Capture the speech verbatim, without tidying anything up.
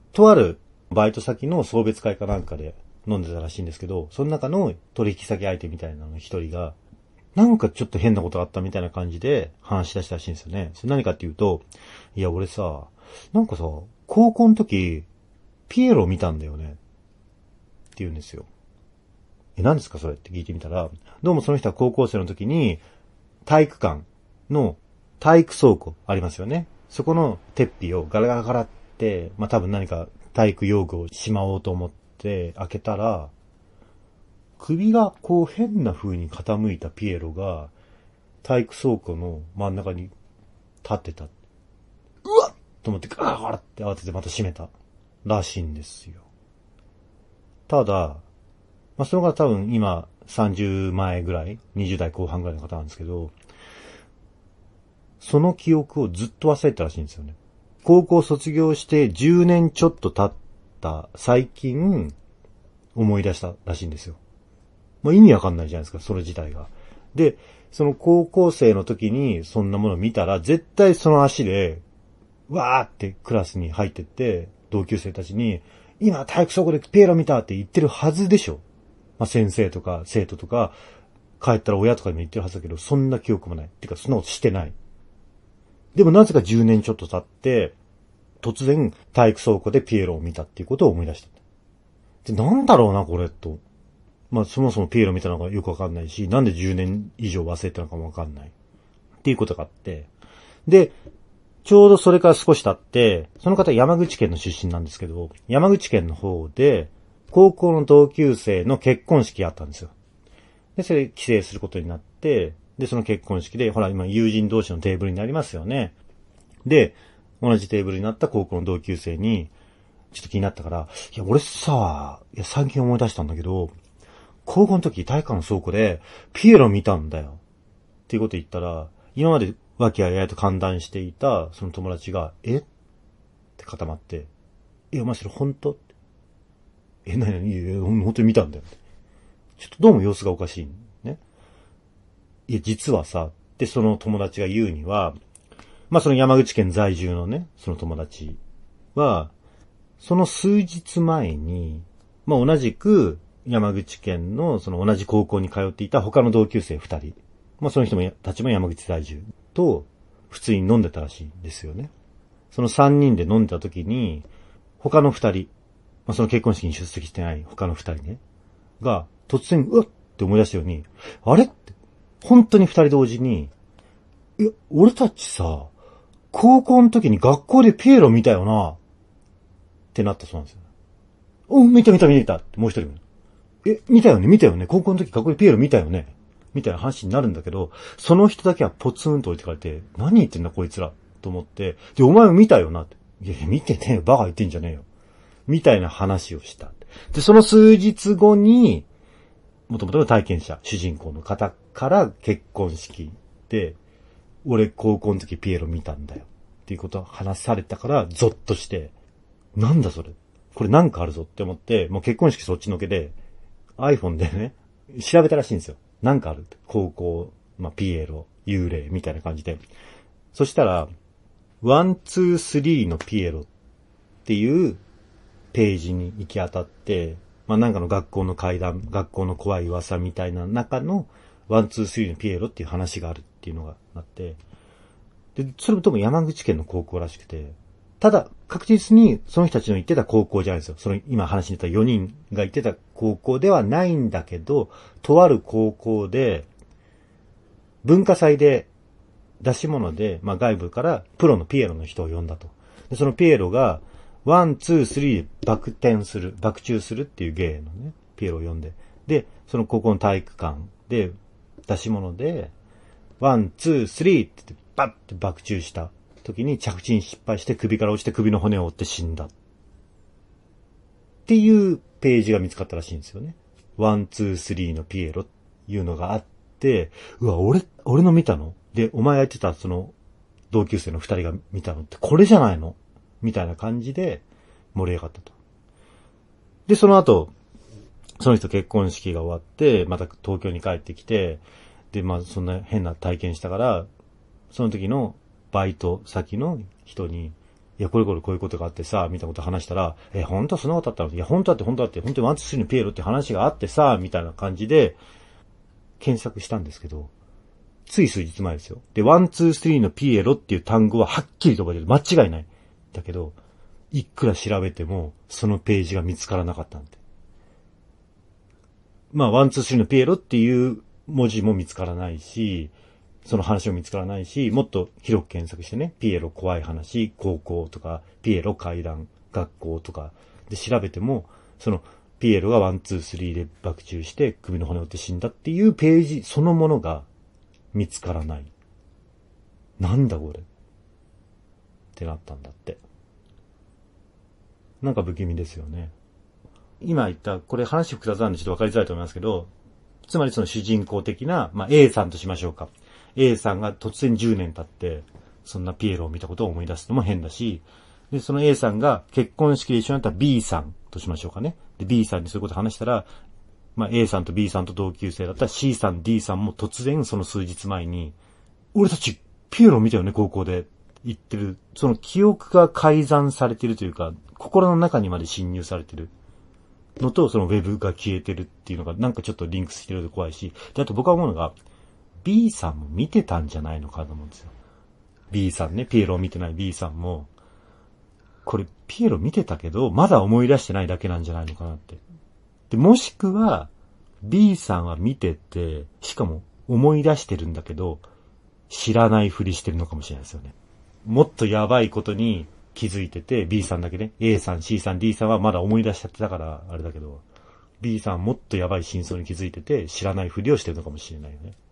とあるバイト先の送別会かなんかで飲んでたらしいんですけど、その中の取引先相手みたいなの一人が、なんかちょっと変なことがあったみたいな感じで話し出したらしいんですよね。それ何かっていうと、いや俺さ、なんかさ、高校の時、ピエロ見たんだよね。って言うんですよ。え、何ですかそれって聞いてみたら、どうもその人は高校生の時に、体育館の体育倉庫ありますよね。そこの鉄皮をガラガラガラって、まあ、多分何か体育用具をしまおうと思って開けたら、首がこう変な風に傾いたピエロが体育倉庫の真ん中に立ってた。うわっと思ってガラガラって慌ててまた閉めたらしいんですよ。ただ、まあ、その方多分今さんじゅうまえぐらい、にじゅう代後半ぐらいの方なんですけど、その記憶をずっと忘れてたらしいんですよね。高校卒業してじゅうねんちょっと経った最近思い出したらしいんですよ。まあ、意味わかんないじゃないですか、それ自体が。で、その高校生の時にそんなものを見たら、絶対その足で、わーってクラスに入ってって、同級生たちに、今体育倉庫でピエロ見たって言ってるはずでしょ。まあ、先生とか生徒とか、帰ったら親とかにも言ってるはずだけど、そんな記憶もない。てか、そんなことしてない。でもなぜかじゅうねんちょっと経って、突然体育倉庫でピエロを見たっていうことを思い出した。で、なんだろうな、これ、と。まあ、そもそもピエロ見たのがよくわかんないし、なんでじゅうねん以上忘れたのかもわかんない。っていうことがあって。で、ちょうどそれから少し経って、その方山口県の出身なんですけど、山口県の方で、高校の同級生の結婚式があったんですよ。で、それ帰省することになって、で、その結婚式で、ほら、今友人同士のテーブルになりますよね。で、同じテーブルになった高校の同級生に、ちょっと気になったから、いや、俺さ、いや、最近思い出したんだけど、高校の時体育館の倉庫でピエロ見たんだよ。っていうこと言ったら、今まで和気あいあいと歓談していたその友達が、えって固まって、え、お前それ本当？え、なになに？いや、本当に見たんだよ。ちょっとどうも様子がおかしいね。いや、実はさ、ってその友達が言うには、まあその山口県在住のね、その友達は、その数日前に、まあ同じく山口県のその同じ高校に通っていた他の同級生二人、まあその人もたちも山口在住と普通に飲んでたらしいんですよね。その三人で飲んでた時に、他の二人、まあその結婚式に出席してない他の二人ね、が突然うわっって思い出したように、あれって、本当に二人同時に、いや、俺たちさ、高校の時に学校でピエロ見たよな、ってなったそうなんですよ。うん、見た見た見たってもう一人も。え、見たよね見たよね高校の時学校でピエロ見たよねみたいな話になるんだけど、その人だけはポツンと置いてかれて、何言ってんだこいつらと思って、で、お前も見たよなって。いやいや、見てねえよ、バカ言ってんじゃねえよ。みたいな話をした。で、その数日後に、もともとの体験者、主人公の方から結婚式で、俺高校の時ピエロ見たんだよ。っていうことを話されたから、ゾッとして、なんだそれこれなんかあるぞって思って、もう結婚式そっちのけで、iPhone でね、調べたらしいんですよ。なんかあるって。高校、まあ、ピエロ、幽霊みたいな感じで。そしたら、ワン、ツー、スリーのピエロっていうページに行き当たって、まあ、なんかの学校の怪談、学校の怖い噂みたいな中のワン、ツー、スリーのピエロっていう話があるっていうのがあって、で、それもとも山口県の高校らしくて、ただ、確実にその人たちの言ってた高校じゃないですよ。その今話に出たよにんが言ってた高校ではないんだけど、とある高校で、文化祭で出し物で、まあ外部からプロのピエロの人を呼んだと。で、そのピエロが、ワン、ツー、スリーでバク転する、バク宙するっていう芸のね、ピエロを呼んで。で、その高校の体育館で出し物で、ワン、ツー、スリーって言って、バッてバク宙した時に着地に失敗して首から落ちて首の骨を折って死んだ。っていうページが見つかったらしいんですよね。ワン、ツー、スリーのピエロっていうのがあって、うわ、俺、俺の見たので、お前が言ってたその同級生の二人が見たのってこれじゃないのみたいな感じで盛り上がったと。で、その後、その人結婚式が終わって、また東京に帰ってきて、で、まあそんな変な体験したから、その時のバイト先の人に、いいや、これこれこういうことがあってさ、みたいなこと話したら、え、本当はそんなことあったの？いや、本当だって本当だって、本当にワンツースリーのピエロって話があってさ、みたいな感じで、検索したんですけど、つい数日前ですよ。で、ワンツースリーのピエロっていう単語ははっきりと覚えてる。間違いない。だけど、いくら調べても、そのページが見つからなかったんで。まあ、ワンツースリーのピエロっていう文字も見つからないし、その話も見つからないし、もっと広く検索してね、ピエロ怖い話、高校とか、ピエロ階段、学校とかで調べても、その、ピエロがワンツースリーで爆中して首の骨を折って死んだっていうページそのものが見つからない。なんだこれってなったんだって。なんか不気味ですよね。今言った、これ話複雑なんでちょっと分かりづらいと思いますけど、つまりその主人公的な、まあ A さんとしましょうか。A さんが突然じゅうねん経って、そんなピエロを見たことを思い出すのも変だし、で、その A さんが結婚式で一緒になった B さんとしましょうかね。で、B さんにそういうこと話したら、まあ A さんと B さんと同級生だったら C さん、D さんも突然その数日前に、俺たちピエロを見たよね、高校で。言ってる。その記憶が改ざんされてるというか、心の中にまで侵入されてるのと、そのウェブが消えてるっていうのがなんかちょっとリンクしてると怖いし、で、あと僕は思うのが、B さんも見てたんじゃないのかと思うんですよ。B さんね、ピエロを見てない B さんも、これピエロ見てたけど、まだ思い出してないだけなんじゃないのかなって。で、もしくは、B さんは見てて、しかも思い出してるんだけど、知らないふりしてるのかもしれないですよね。もっとやばいことに気づいてて、B さんだけね、A さん、C さん、D さんはまだ思い出しちゃってたから、あれだけど、B さんもっとやばい真相に気づいてて、知らないふりをしてるのかもしれないよね。